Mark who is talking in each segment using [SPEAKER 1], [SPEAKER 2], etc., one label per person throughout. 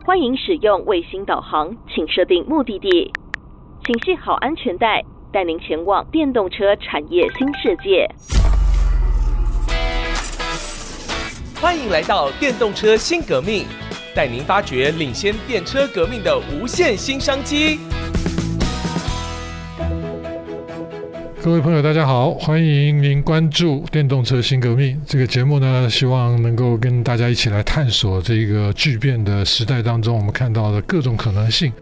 [SPEAKER 1] 欢迎使用卫星导航，请设定目的地，请系好安全带，带您前往电动车产业新世界。
[SPEAKER 2] 欢迎来到电动车新革命，带您发掘领先电车革命的无限新商机。
[SPEAKER 3] 各位朋友大家好，欢迎您关注电动车新革命这个节目呢，希望能够跟大家一起来探索这个巨变的时代当中我们看到的各种可能性。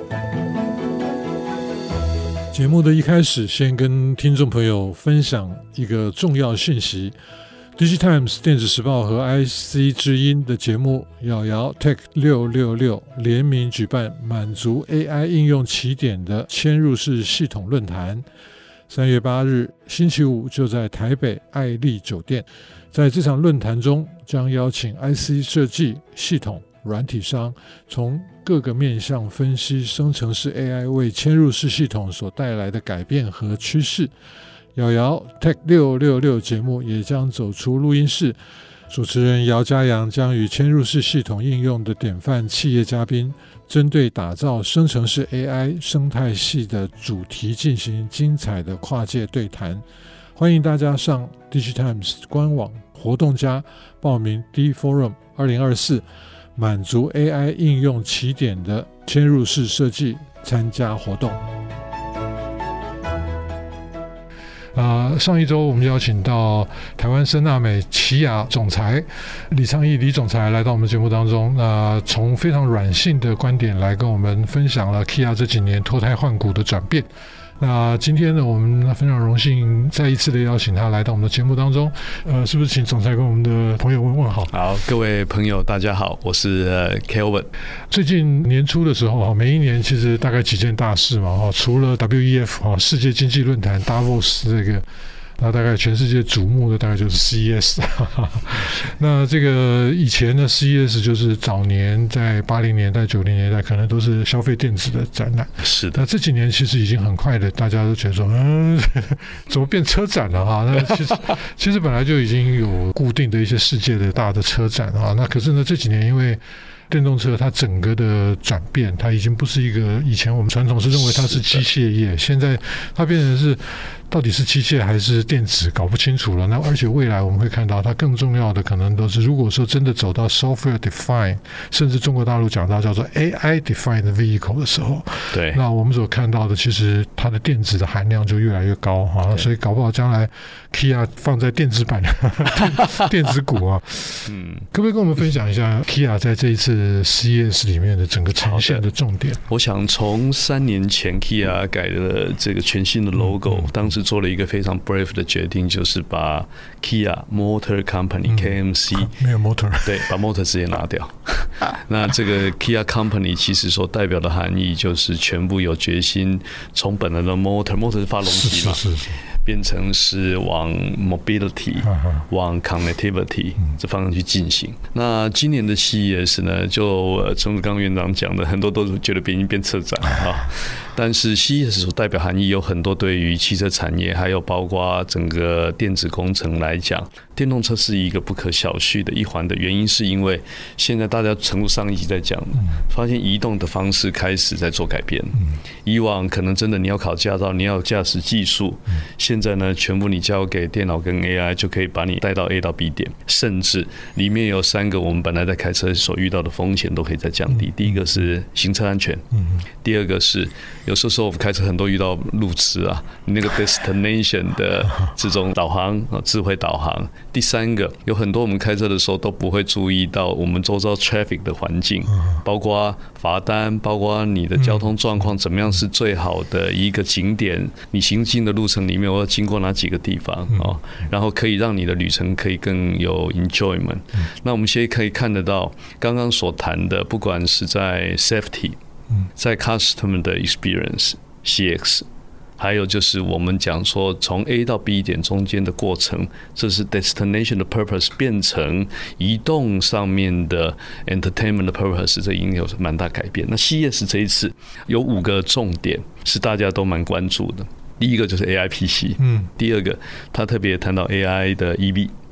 [SPEAKER 3] 节目的一开始，先跟听众朋友分享一个重要讯息。DigiTimes 电子时报和 IC 之音的节目瑶瑶 Tech 666联名举办满足 AI 应用起点的嵌入式系统论坛，3月8日星期五就在台北爱丽酒店。在这场论坛中，将邀请 IC 设计、系统、软体商从各个面向分析生成式 AI 为嵌入式系统所带来的改变和趋势。瑶瑶 Tech 666节目也将走出录音室，主持人姚嘉阳将与嵌入式系统应用的典范企业嘉宾，针对打造生成式 AI 生态系的主题进行精彩的跨界对谈。欢迎大家上 DigiTimes 官网活动家报名 D-Forum 2024满足 AI 应用起点的嵌入式设计参加活动。上一周我们邀请到台湾森纳美奇亚总裁李昌义李总裁来到我们节目当中，从非常软性的观点来跟我们分享了 Kia 这几年脱胎换骨的转变。那今天呢，我们非常荣幸再一次的邀请他来到我们的节目当中。是不是请总裁跟我们的朋友问好？
[SPEAKER 4] 好，各位朋友大家好，我是 Kelvin。
[SPEAKER 3] 最近年初的时候，每一年其实大概几件大事嘛，除了 WEF 世界经济论坛 Davos 这个，那大概全世界瞩目的大概就是 CES 那这个以前的 CES 就是早年在80年代90年代可能都是消费电子的展览。
[SPEAKER 4] 是的。
[SPEAKER 3] 那这几年其实已经很快的，大家都觉得说怎么变车展了哈？那其实本来就已经有固定的一些世界的大的车展啊，那可是呢这几年因为电动车它整个的转变，它已经不是一个以前我们传统是认为它是机械业，现在它变成是到底是机械还是电子搞不清楚了。那而且未来我们会看到它更重要的可能都是，如果说真的走到 software defined， 甚至中国大陆讲到叫做 AI defined vehicle 的时候，
[SPEAKER 4] 对，
[SPEAKER 3] 那我们所看到的其实它的电子的含量就越来越高啊，所以搞不好将来 Kia 放在电子版的电子股啊，可不可以跟我们分享一下 Kia 在这一次CES 里面的整个呈现的重点？
[SPEAKER 4] 我想从3年前 Kia 改了这个全新的 logo，当时做了一个非常 brave 的决定，就是把 Kia Motor Company KMC
[SPEAKER 3] 没有 motor，
[SPEAKER 4] 对，把 motor 直接拿掉。那这个 Kia Company 其实所代表的含义就是全部有决心从本来的 motor 是发动机嘛，是变成是往 mobility 往 connectivity 这方向去进行。那今年的 CES 呢，就正如刚刚院长讲的，很多都觉得已经变车展啊。但是 CES 所代表含义有很多，对于汽车产业还有包括整个电子工程来讲，电动车是一个不可小觑的一环的原因，是因为现在大家诚如上一集在讲，发现移动的方式开始在做改变。以往可能真的你要考驾照，你要有驾驶技术，现在呢全部你交给电脑跟 AI 就可以把你带到 A 到 B 点，甚至里面有3个我们本来在开车所遇到的风险都可以再降低。第一个是行车安全，第二个是有时候我们开车很多遇到路痴啊，那个 destination 的这种导航智慧导航。第3个有很多我们开车的时候都不会注意到我们周遭 traffic 的环境，包括罚单，包括你的交通状况怎么样是最好的一个景点，你行进的路程里面我要经过哪几个地方，然后可以让你的旅程可以更有 enjoyment。那我们现在可以看得到刚刚所谈的，不管是在 safety， 在 customer 的 experience CX， 还有就是我们讲说从 A 到 B 点中间的过程，这是 destination 的 purpose 变成移动上面的 entertainment 的 purpose， 这已经有蛮大改变。那 CES 这一次有5个重点是大家都蛮关注的。第一个就是 AI PC， 第二个他特别谈到 AI 的 EV，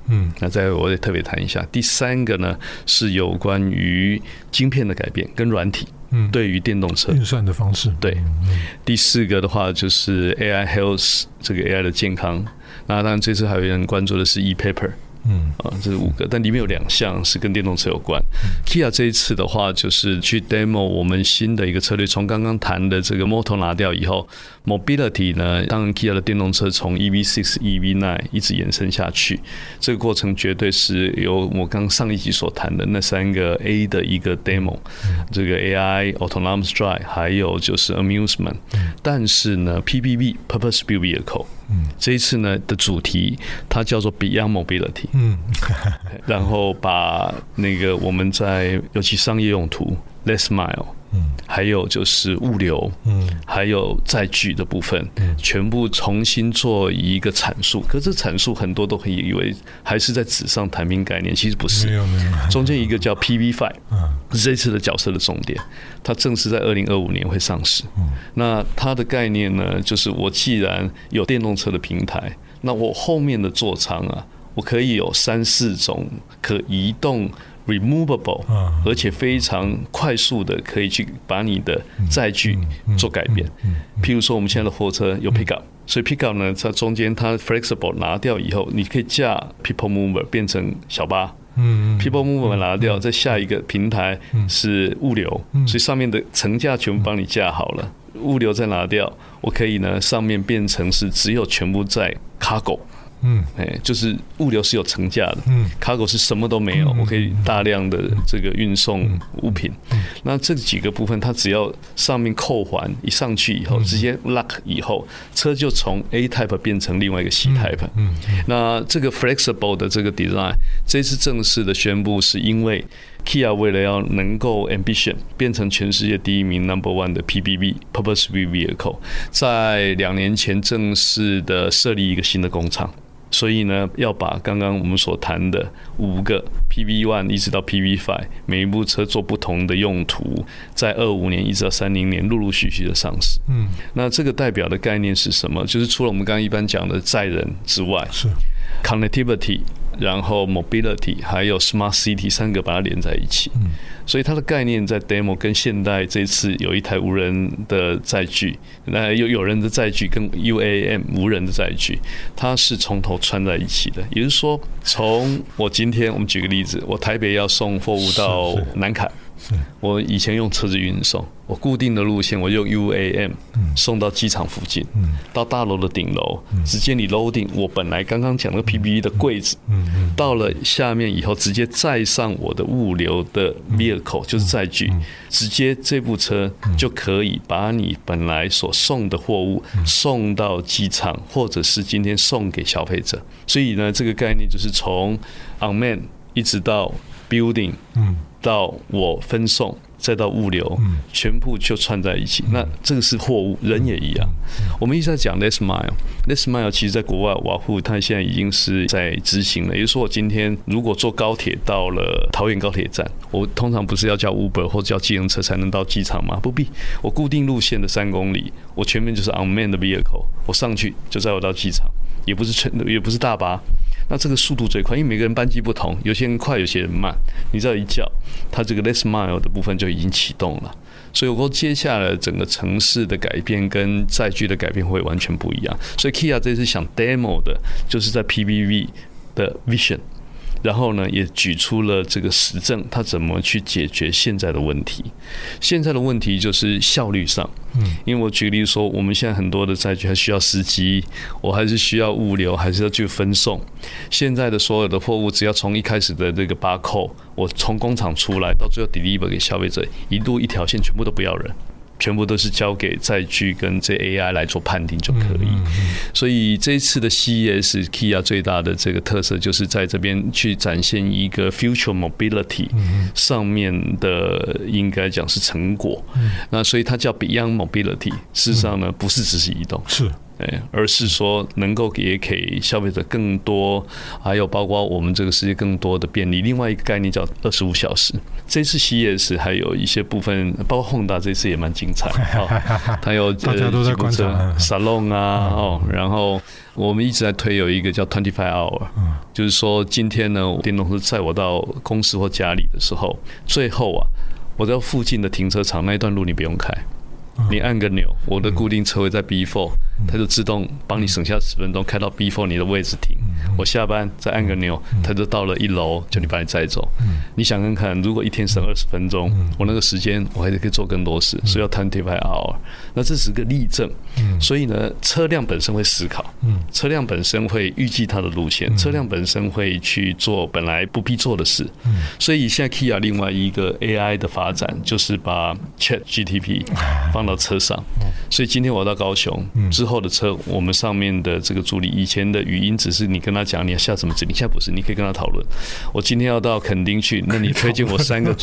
[SPEAKER 4] 那再我也特别谈一下。第3个呢是有关于晶片的改变跟软体。对于电动车
[SPEAKER 3] 运算的方式，
[SPEAKER 4] 对。第4个的话就是 AI Health 这个 AI 的健康。那当然这次还有人关注的是 ePaper。这是5个，但里面有2项是跟电动车有关。Kia 这一次的话，就是去 demo 我们新的一个策略，从刚刚谈的这个 Motor 拿掉以后 ，Mobility 呢，当然 Kia 的电动车从 EV6、EV9 一直延伸下去，这个过程绝对是由我刚上一集所谈的那3个 A 的一个 demo，这个 AI、Autonomous Drive， 还有就是 Amusement。但是呢 ，PBV Purpose Built Vehicle。这一次呢的主题，它叫做 Beyond Mobility，然后把那个我们在尤其商业用途 Last Mile，还有就是物流，还有载具的部分，全部重新做一个阐述。可是阐述很多都可以以为还是在纸上谈兵概念，其实不是。中间一个叫 PV5，是这次的角色的重点，它正式在2025年会上市。那它的概念呢，就是我既然有电动车的平台，那我后面的座舱啊，我可以有3-4种可移动。removable， 而且非常快速的可以去把你的载具做改变。譬如说我们现在的货车有 pickup， 所以 pickup 呢，它中间它 flexible 拿掉以后，你可以架 people mover 变成小巴。people mover 拿掉，在下一个平台是物流，所以上面的层架全部帮你架好了。物流再拿掉，我可以呢上面变成是只有全部在 cargo。就是物流是有层架的，cargo 是什么都没有，我可以大量的这个运送物品。那这几个部分，它只要上面扣环一上去以后，直接 lock 以后，车就从 A type 变成另外一个 C type。那这个 flexible 的这个 design， 这次正式的宣布是因为 Kia 为了要能够 ambition 变成全世界第1名 No.1 的 PBV Purpose Built Vehicle， 在2年前正式的设立一个新的工厂。所以呢，要把刚刚我们所谈的5个 PV1 一直到 PV5， 每一部车做不同的用途，在25年一直到30年陆陆续续的上市。那这个代表的概念是什么？就是除了我们刚刚一般讲的载人之外，是 connectivity， 然后 mobility， 还有 smart city 3个把它连在一起。所以它的概念在 demo 跟现代这次有一台无人的载具，那有人的载具跟 UAM 无人的载具，它是从头串在一起的。也就是说，从我今天我们举个例子，我台北要送货物到南坎，我以前用车子运送，我固定的路线我用 UAM 送到机场附近，到大楼的顶楼，直接你 loading 我本来刚刚讲的 PBV 的柜子，到了下面以后直接载上我的物流的 vehicle 就是载具，直接这部车就可以把你本来所送的货物送到机场，或者是今天送给消费者。所以呢，这个概念就是从 unmanned 一直到 building，到我分送，再到物流，全部就串在一起。那这个是货物，人也一样。我们一直在讲 last mile，last mile 其实在国外瓦户它现在已经是在执行了。也就是说，我今天如果坐高铁到了桃园高铁站，我通常不是要叫 Uber 或者叫计程车才能到机场吗？不必，我固定路线的3公里，我全面就是 unmanned vehicle， 我上去就载我到机场，也不是大巴。那这个速度最快，因为每个人班机不同，有些人快，有些人慢。你只要一叫，它这个 last mile 的部分就已经启动了。所以我说，接下来整个城市的改变跟载具的改变会完全不一样。所以 Kia 这次想 demo 的，就是在 PBV 的 vision。然后呢，也举出了这个实证，它怎么去解决现在的问题。现在的问题就是效率上，因为我举例说，我们现在很多的载具还需要司机，我还是需要物流，还是要去分送。现在的所有的货物，只要从一开始的这个barcode，我从工厂出来，到最后 deliver 给消费者，一路一条线全部都不要人。全部都是交给载具跟这 AI 来做判定就可以。所以这一次的 CES Kia 最大的这个特色就是在这边去展现一个 future mobility 上面的应该讲是成果。那所以它叫 Beyond Mobility， 事实上呢不是只是移动，是而是说能够也给消费者更多，还有包括我们这个世界更多的便利。另外一个概念叫25小时。这次 CES 还有一些部分，包括 Honda 这次也蛮精彩，它有
[SPEAKER 3] 大家都在观察
[SPEAKER 4] salon 啊，然后我们一直在推有一个叫25 hour，就是说今天呢，电动车载我到公司或家里的时候，最后啊，我在附近的停车场那一段路你不用开。你按个钮，我的固定车位在 B4， 它就自动帮你省下10分钟，开到 B4 你的位置停。我下班再按个钮，它就到了1楼，就把你载走。你想看看，如果一天省20分钟，我那个时间我还可以做更多事，所以要25 hour。那这是个例证。所以呢，车辆本身会思考，车辆本身会预计它的路线，车辆本身会去做本来不必做的事。所以现在 Kia 另外一个 AI 的发展，就是把 ChatGPT 放到车上。所以今天我到高雄之后的车，我们上面的这个助理，以前的语音只是你跟他讲你要下什么指令，现在不是，你可以跟他讨论。我今天要到垦丁去，那你推荐我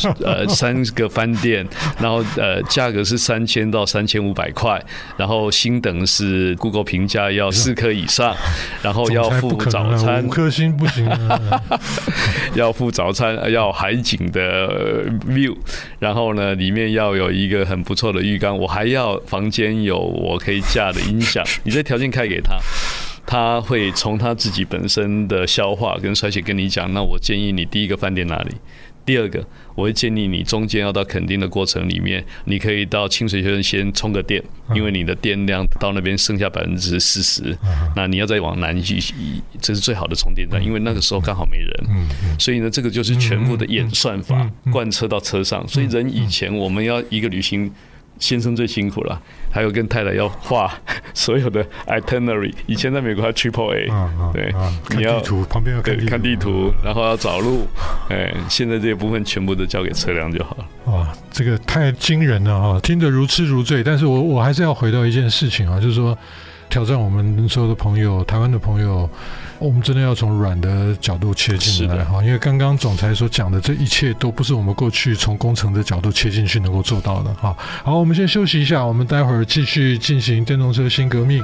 [SPEAKER 4] 3个饭店，然后价格是3000到3500块，然后星等是 Google 评价要4颗以上，然后要附早餐
[SPEAKER 3] ，5颗星不行
[SPEAKER 4] 要附早餐，要海景的 view， 然后呢里面要有一个很不错的浴缸，我还要房间有我可以架的音响，你这条件开给他。他会从他自己本身的消化跟衰竭跟你讲，那我建议你第一个饭店哪里，第二个我会建议你中间要到垦丁的过程里面，你可以到清水学院先充个电，因为你的电量到那边剩下40%，那你要再往南去，这是最好的充电站，因为那个时候刚好没人。所以呢，这个就是全部的演算法贯彻到车上。所以人以前我们要一个旅行，先生最辛苦了，还有跟太太要画所有的 itinerary。以前在美国还 AAA， 对，你要
[SPEAKER 3] 旁边要
[SPEAKER 4] 看地图，然后要找路，现在这些部分全部都交给车辆就好了。
[SPEAKER 3] 哇，这个太惊人了哈，听得如痴如醉。但是我还是要回到一件事情啊，就是说挑战我们所有的朋友，台湾的朋友，我们真的要从软的角度切进来哈，因为刚刚总裁所讲的这一切都不是我们过去从工程的角度切进去能够做到的哈。好，我们先休息一下，我们待会儿继续进行电动车新革命。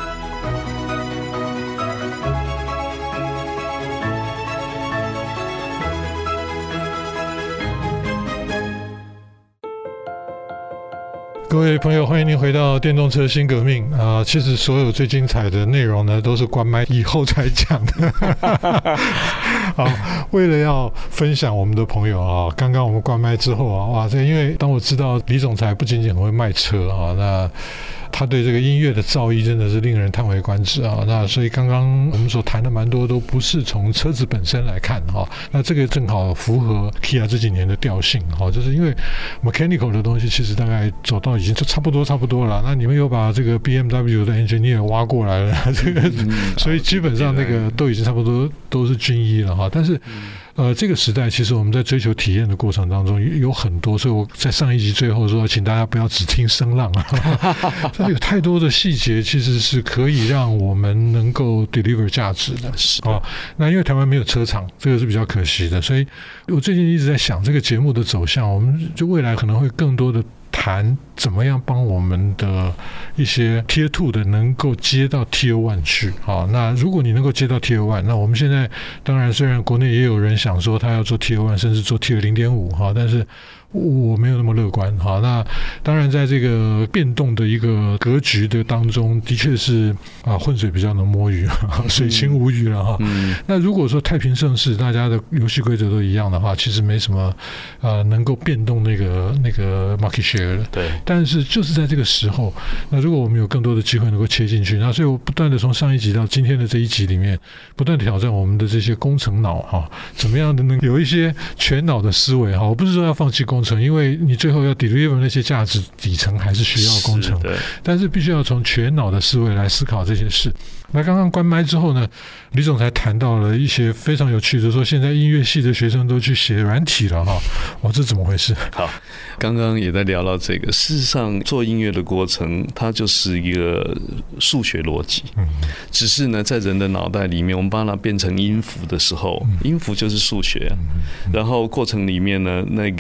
[SPEAKER 3] 各位朋友，欢迎您回到电动车新革命啊！其实所有最精彩的内容呢，都是关麦以后才讲的。好，为了要分享我们的朋友啊，刚刚我们关麦之后啊，哇，因为当我知道李总裁不仅仅很会卖车啊，那他对这个音乐的造诣真的是令人叹为观止啊！那所以刚刚我们所谈的蛮多都不是从车子本身来看哈，那这个正好符合 Kia 这几年的调性哈，就是因为 mechanical 的东西其实大概走到已经就差不多了。那你们又把这个 BMW 的 engineer 挖过来了，这个所以基本上那个都已经差不多都是军医了哈。但是这个时代其实我们在追求体验的过程当中有很多，所以我在上一集最后说，请大家不要只听声浪啊，这有太多的细节其实是可以让我们能够 deliver 价值的啊。那因为台湾没有车厂，这个是比较可惜的，所以我最近一直在想这个节目的走向，我们就未来可能会更多的谈怎么样帮我们的一些 Tier 2的能够接到 Tier 1去。好，那如果你能够接到 Tier 1，那我们现在当然虽然国内也有人想说他要做 Tier 1，甚至做 Tier 0.5，哈，但是我没有那么乐观。好，那当然在这个变动的一个格局的当中，的确是浑水比较能摸鱼，水清无鱼了哈。那如果说太平盛世，大家的游戏规则都一样的话，其实没什么能够变动那个 market share 的。
[SPEAKER 4] 对。
[SPEAKER 3] 但是就是在这个时候，那如果我们有更多的机会能够切进去，那所以我不断的从上一集到今天的这一集里面，不断的挑战我们的这些工程脑哈，怎么样的能有一些全脑的思维哈。我不是说要放弃工程，因为你最后要 deliver 那些价值底层还是需要工程，但是必须要从全脑的思维来思考这些事。那刚刚关麦之后呢，李总裁谈到了一些非常有趣的，说现在音乐系的学生都去写软体了哈，哇，这怎么回事？
[SPEAKER 4] 好，刚刚也在聊到这个，事实上做音乐的过程，它就是一个数学逻辑，只是呢，在人的脑袋里面，我们把它变成音符的时候，音符就是数学，然后过程里面呢，那个人的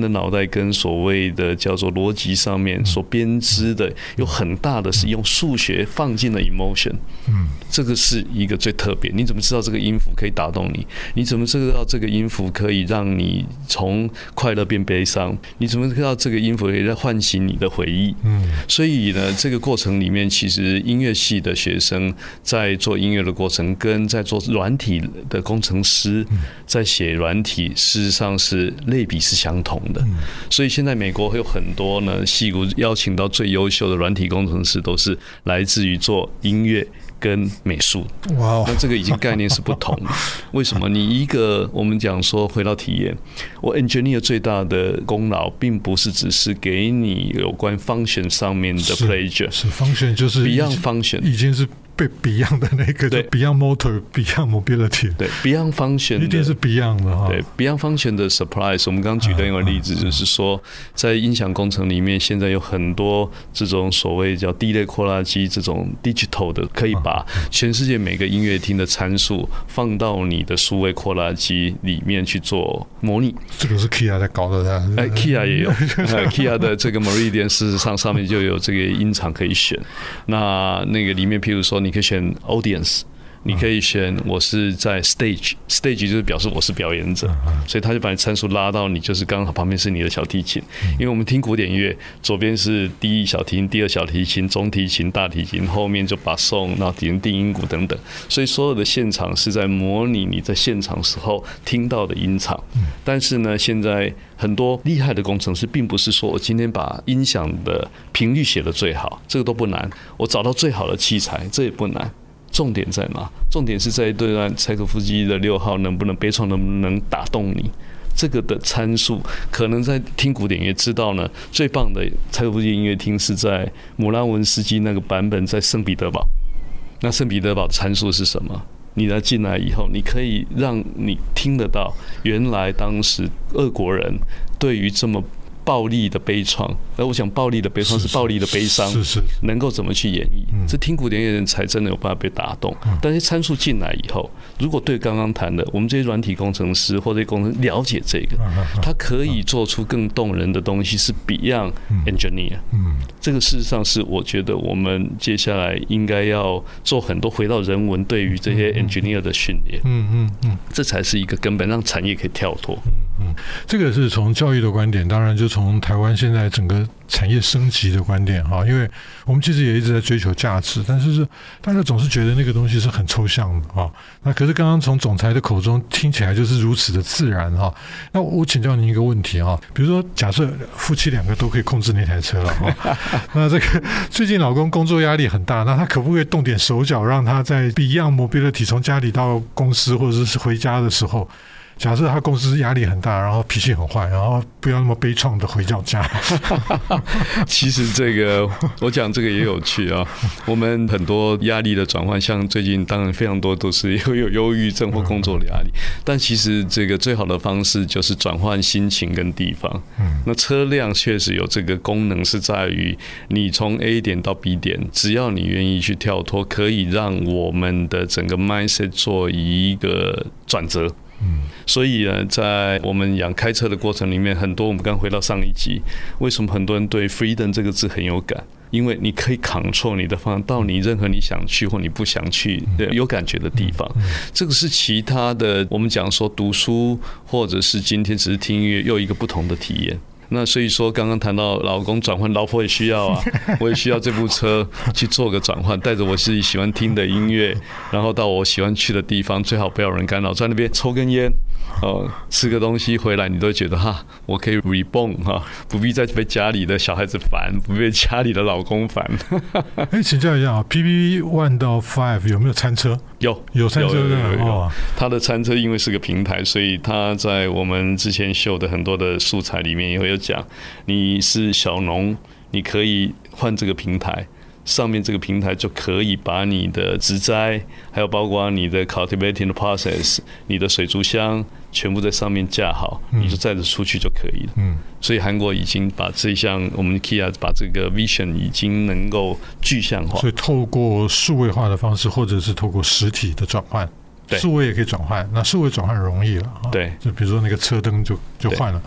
[SPEAKER 4] 的脑袋跟所谓的叫做逻辑上面所编织的，有很大的是用数学放进了 emotion。这个是一个最特别。你怎么知道这个音符可以打动你？你怎么知道这个音符可以让你从快乐变悲伤？你怎么知道这个音符可以唤醒你的回忆？所以呢，这个过程里面，其实音乐系的学生在做音乐的过程，跟在做软体的工程师在写软体，事实上是类比是相同的。所以现在美国会有很多呢，矽谷邀请到最优秀的软体工程师，都是来自于做音乐跟美术。
[SPEAKER 3] 哇，
[SPEAKER 4] 那这个已经概念是不同的。为什么？你一个我们讲说回到体验，我 engineer 最大的功劳，并不是只是给你有关 function 上面的 pleasure，
[SPEAKER 3] 是 function 就是
[SPEAKER 4] beyond function
[SPEAKER 3] 已经是被 Beyond 的那个，对 Beyond Motor、Beyond Mobility，
[SPEAKER 4] 对 Beyond Function
[SPEAKER 3] 一定是 Beyond 的哈。
[SPEAKER 4] 对 Beyond Function 的 surprise， 我们刚刚举的一个例子就是说，在音响工程里面，现在有很多这种所谓叫低类扩大机，这种 digital 的，可以把全世界每个音乐厅的参数放到你的数位扩大机里面去做模拟。
[SPEAKER 3] 这个是 Kia 在搞的
[SPEAKER 4] ，Kia 也有，Kia 的这个 Meridian 事实上上面就有这个音场可以选。那个里面，譬如说你可以选 audience， 你可以选我是在 stage 就是表示我是表演者，所以他就把你参数拉到你就是刚好旁边是你的小提琴。因为我们听古典乐，左边是第一小提琴、第二小提琴、中提琴、大提琴，后面就把颂、然后定音鼓等等，所以所有的现场是在模拟你在现场时候听到的音场。但是呢，现在很多厉害的工程师并不是说我今天把音响的频率写得最好，这个都不难，我找到最好的器材，这也不难。重点在哪？重点是在对岸柴可夫斯基的6号能不能悲怆能不能打动你？这个的参数，可能在听古典乐知道呢。最棒的柴可夫斯基音乐厅是在姆拉文斯基那个版本，在圣彼得堡。那圣彼得堡的参数是什么？你来进来以后，你可以让你听得到，原来当时俄国人对于这么暴力的悲怆，而我想暴力的悲怆是暴力的悲伤，能够怎么去演绎？这听古典乐人才真的有办法被打动。但是参数进来以后，如果对刚刚谈的，我们这些软体工程师或者工程师了解这个，他可以做出更动人的东西，是 beyond engineer。这个事实上是我觉得我们接下来应该要做很多回到人文对于这些 engineer 的训练。这才是一个根本，让产业可以跳脱。
[SPEAKER 3] 这个是从教育的观点，当然就从台湾现在整个产业升级的观点哈，因为我们其实也一直在追求价值，但是大家总是觉得那个东西是很抽象的哈。那可是刚刚从总裁的口中听起来就是如此的自然哈。那我请教您一个问题哈，比如说假设夫妻2个都可以控制那台车了哈，那这个最近老公工作压力很大，那他可不可以动点手脚，让他在 Beyond Mobility 从家里到公司或者是回家的时候，假设他公司压力很大，然后脾气很坏，然后不要那么悲怆的回到家。
[SPEAKER 4] 其实这个我讲这个也有趣啊。我们很多压力的转换，像最近当然非常多都是有忧郁症或工作的压力，但其实这个最好的方式就是转换心情跟地方。那车辆确实有这个功能，是在于你从 A 点到 B 点，只要你愿意去跳脱，可以让我们的整个 mindset 做一个转折。所以呢，在我们开车的过程里面，很多我们刚回到上一集，为什么很多人对 freedom 这个字很有感？因为你可以 control 你的方向到你任何你想去或你不想去有感觉的地方。这个是其他的我们讲说读书或者是今天只是听音乐又一个不同的体验。那所以说，刚刚谈到老公转换，老婆也需要啊，我也需要这部车去做个转换，带着我自己喜欢听的音乐，然后到我喜欢去的地方，最好不要有人干扰，在那边抽根烟，吃个东西回来，你都觉得哈，我可以 reborn 哈，不必再被家里的小孩子烦，不必被家里的老公烦。
[SPEAKER 3] 请教一下啊 ，PB 1到5有没有餐车？有餐车的。
[SPEAKER 4] 它的餐车因为是个平台，所以它在我们之前秀的很多的素材里面也会有讲，你是小农，你可以换这个平台。上面这个平台就可以把你的植栽，还有包括你的 cultivating 的 process， 你的水族箱全部在上面架好，你就载着出去就可以了。所以韩国已经把这项我们 Kia 把这个 vision 已经能够具象化。
[SPEAKER 3] 所以透过数位化的方式，或者是透过实体的转换，数位也可以转换。那数位转换容易了，对，就比如说那个车灯就换了。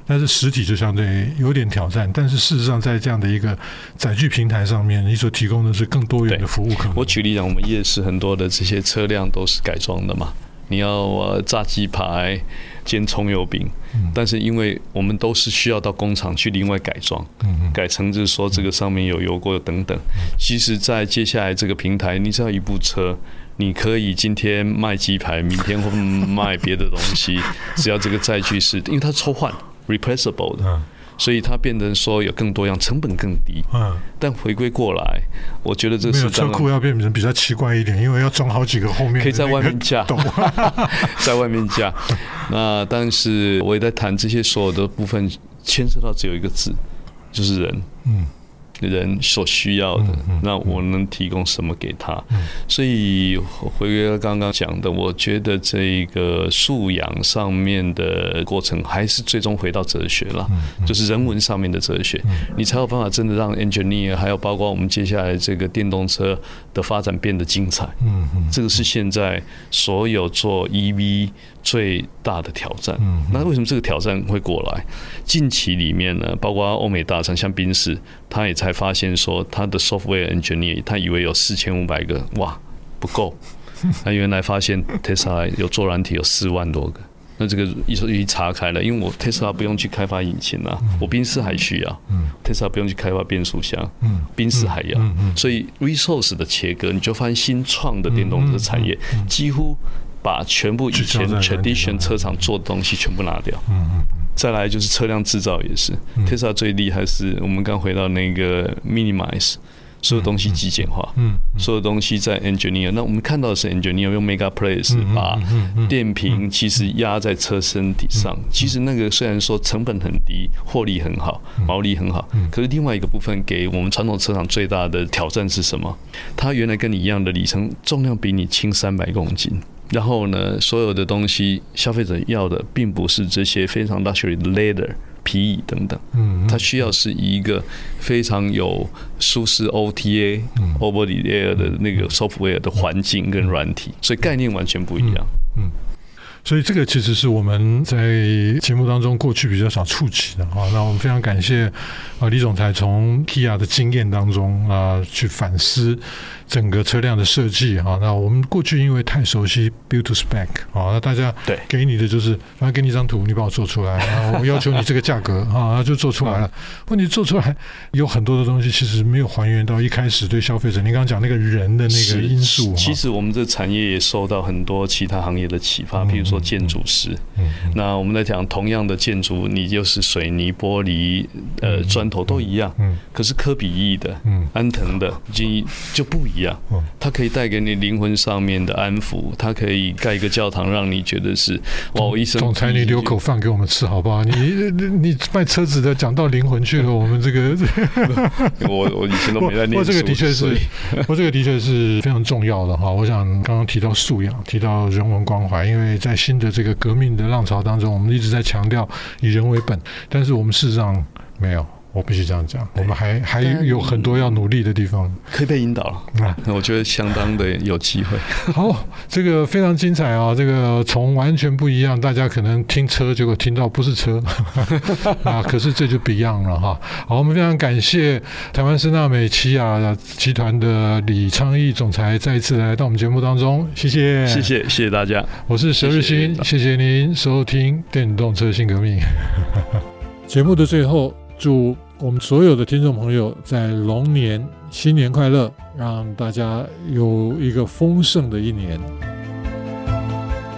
[SPEAKER 3] 但是实体就相对有点挑战。但是事实上，在这样的一个载具平台上面，你所提供的是更多元的服务可能。
[SPEAKER 4] 我举例讲，我们夜市很多的这些车辆都是改装的嘛，你要炸鸡排、煎葱油饼，但是因为我们都是需要到工厂去另外改装，改成就是说这个上面有油锅等等。其实，在接下来这个平台，你只要一部车，你可以今天卖鸡排，明天会卖别的东西，只要这个载具是，因为它抽换 replaceable 的。所以它变成说有更多样，成本更低。但回归过来，我觉得这是
[SPEAKER 3] 车库要变成比较奇怪一点，因为要装好几个后面
[SPEAKER 4] 可以在外面架，在外面架。那但是我也在谈这些所有的部分，牵涉到只有一个字，就是人。人所需要的，那我能提供什么给他？所以回归刚刚讲的，我觉得这个素养上面的过程，还是最终回到哲学了，就是人文上面的哲学，你才有办法真的让 engineer， 还有包括我们接下来这个电动车的发展变得精彩。这个是现在所有做 EV 最大的挑战。那为什么这个挑战会过来？近期里面呢，包括欧美大厂，像宾士，他也才发现说，他的 software engineer， 他以为有4500个，哇，不够。他原来发现 Tesla 有做软体有4万多个。那这个一查开了，因为我 Tesla 不用去开发引擎啊，我宾士还需要，Tesla 不用去开发变速箱，宾士还要，所以 resource 的切割，你就发现新创的电动车产业几乎把全部以前 tradition 车厂做的东西全部拿掉。再来就是车辆制造也是，Tesla 最厉害是我们刚回到那个 minimize。所有东西极简化，所有东西在 engineer。那我们看到的是 engineer 用 mega place 把电瓶其实压在车身体上。其实那个虽然说成本很低，获利很好，毛利很好，可是另外一个部分给我们传统车厂最大的挑战是什么？它原来跟你一样的里程，重量比你轻300公斤。然后呢，所有的东西消费者要的并不是这些非常 luxury 的 leather。皮椅等等，它需要是一个非常有舒适 OTA、over the air 的那个 software 的环境跟软体，所以概念完全不一样。
[SPEAKER 3] 所以这个其实是我们在节目当中过去比较少触及的啊。那我们非常感谢李总裁从 Kia 的经验当中去反思整个车辆的设计啊。那我们过去因为太熟悉 build to spec 啊，那大家给你的就是反正给你一张图，你帮我做出来，然后我要求你这个价格啊，就做出来了。问题做出来有很多的东西其实没有还原到一开始对消费者，你刚刚讲那个人的那个因素。
[SPEAKER 4] 其实我们这产业也受到很多其他行业的启发，譬如说建筑师。那我们在讲同样的建筑，你就是水泥、玻璃、砖头都一样，可是科比意的、安藤的就不一样。它可以带给你灵魂上面的安抚，它可以盖一个教堂，让你觉得是哇，我一生。
[SPEAKER 3] 总裁，你留口饭给我们吃好不好？你卖车子的讲到灵魂去了，我们这个
[SPEAKER 4] 我以前都没在念书。
[SPEAKER 3] 我这个的确是非常重要的哈。我想刚刚提到素养，提到人文关怀，因为在新的这个革命的浪潮当中，我们一直在强调以人为本，但是我们事实上没有。我必须这样讲，我们还有很多要努力的地方，
[SPEAKER 4] 可以被引导了。我觉得相当的有机会。
[SPEAKER 3] 好，这个非常精彩啊！这个从完全不一样，大家可能听车，结果听到不是车可是这就 Beyond 了哈。好，我们非常感谢台湾森纳美奇亚集团的李昌镒总裁再一次来到我们节目当中，谢谢大家。我是佘日新，谢谢您收听电动车新革命。节目的最后，祝我们所有的听众朋友在龙年新年快乐，让大家有一个丰盛的一年。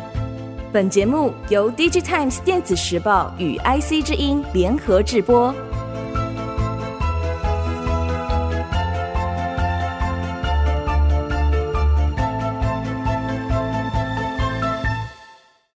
[SPEAKER 5] 本节目由 DigiTimes 电子时报与 IC 之音联合制播。